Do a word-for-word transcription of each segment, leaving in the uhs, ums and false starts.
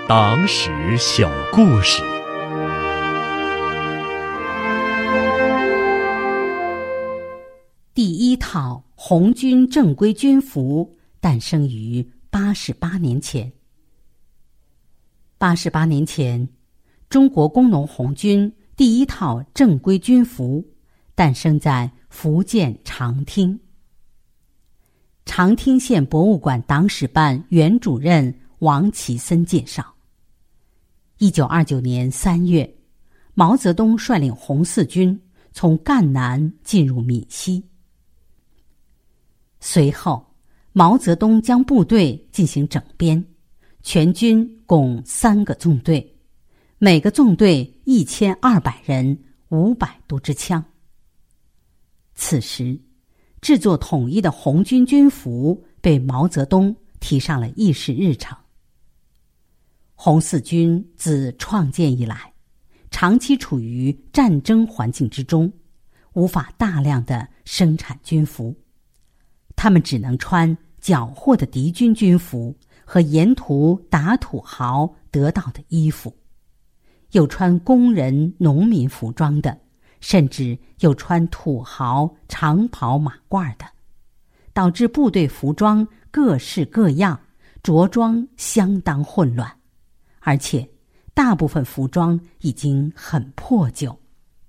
党史小故事。 第一套红军正规军服诞生于八十八年前。八十八年前，中国工农红军第一套正规军服诞生在福建长汀。长汀县博物馆党史办原主任王其森介绍，一九二九年三月，毛泽东率领红四军从赣南进入闽西。随后，毛泽东将部队进行整编，全军共三个纵队，每个纵队一千二百人，五百多支枪。此时，制作统一的红军军服被毛泽东提上了议事日程。红四军自创建以来，长期处于战争环境之中，无法大量的生产军服，他们只能穿缴获的敌军军服和沿途打土豪得到的衣服，有穿工人农民服装的，甚至有穿土豪长袍马褂的，导致部队服装各式各样，着装相当混乱，而且大部分服装已经很破旧。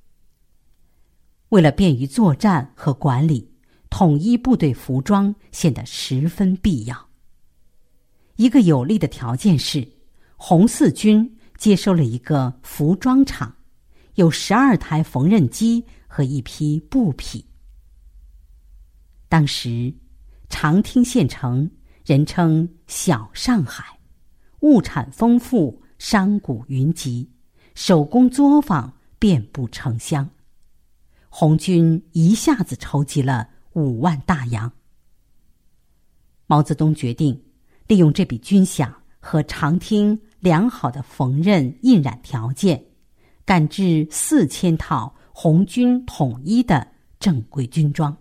为了便于作战和管理，统一部队服装显得十分必要。一个有利的条件是，红四军接收了一个服装厂，有十二台缝纫机和一批布匹。当时，长汀县城人称小上海，物产丰富，商贾云集，手工作坊遍布城乡。红军一下子筹集了五万大洋。毛泽东决定利用这笔军饷和长汀良好的缝纫印染条件，赶制四千套红军统一的正规军装。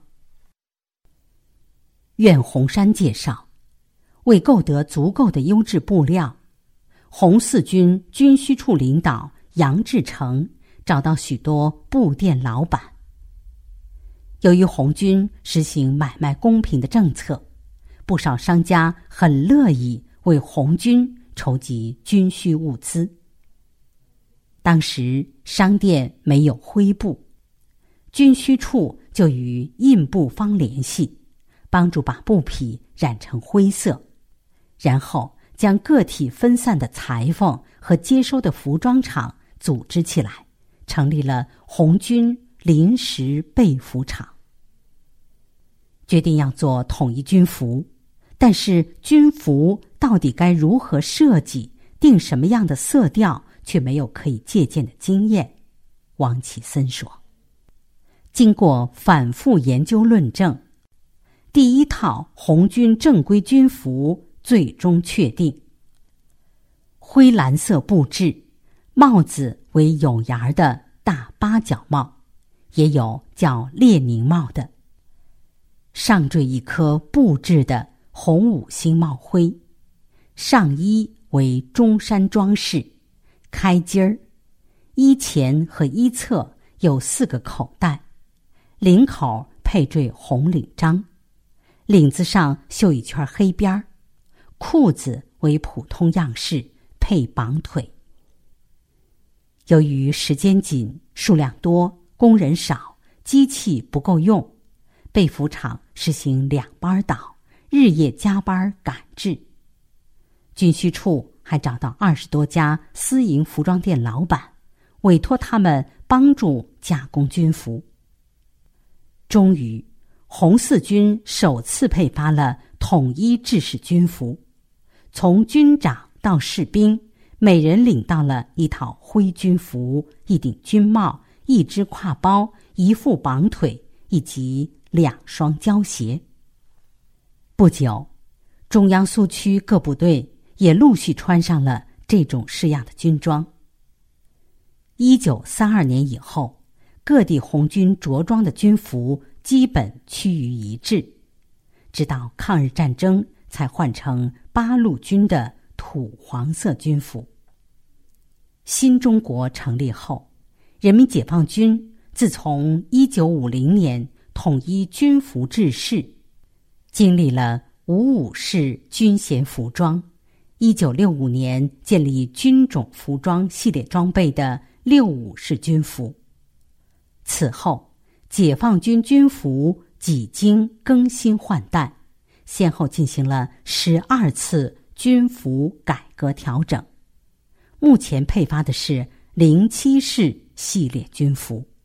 苑洪山介绍，为购得足够的优质布料，红四军军需处领导杨志成找到许多布店老板。由于红军实行买卖公平的政策，不少商家很乐意为红军筹集军需物资。当时商店没有灰布，军需处就与印布坊联系，帮助把布匹染成灰色，然后将个体分散的裁缝和接收的服装厂组织起来，成立了红军临时备服厂。决定要做统一军服，但是军服到底该如何设计，定什么样的色调，却没有可以借鉴的经验。王其森说，经过反复研究论证，第一套红军正规军服最终确定。灰蓝色布制，帽子为有檐的大八角帽，也有叫列宁帽的，上缀一颗布制的红五星帽徽，上衣为中山装饰，开襟儿，衣前和衣侧有四个口袋，领口配缀红领章，领子上绣一圈黑边儿，裤子为普通样式，配绑腿。由于时间紧，数量多，工人少，机器不够用，备服厂实行两班倒，日夜加班赶制。军需处还找到二十多家私营服装店老板，委托他们帮助加工军服。终于，红四军首次配发了统一制式军服，从军长到士兵，每人领到了一套灰军服、一顶军帽、一只挎包、一副绑腿以及两双胶鞋。不久，中央苏区各部队也陆续穿上了这种式样的军装。一九三二年以后，各地红军着装的军服基本趋于一致，直到抗日战争才换成八路军的土黄色军服。新中国成立后，人民解放军自从一九五零年统一军服制式，经历了五五式军衔服装，一九六五年建立军种服装系列装备的六五式军服。此后，解放军军服几经更新换代，先后进行了十二次军服改革调整。目前配发的是零七式系列军服。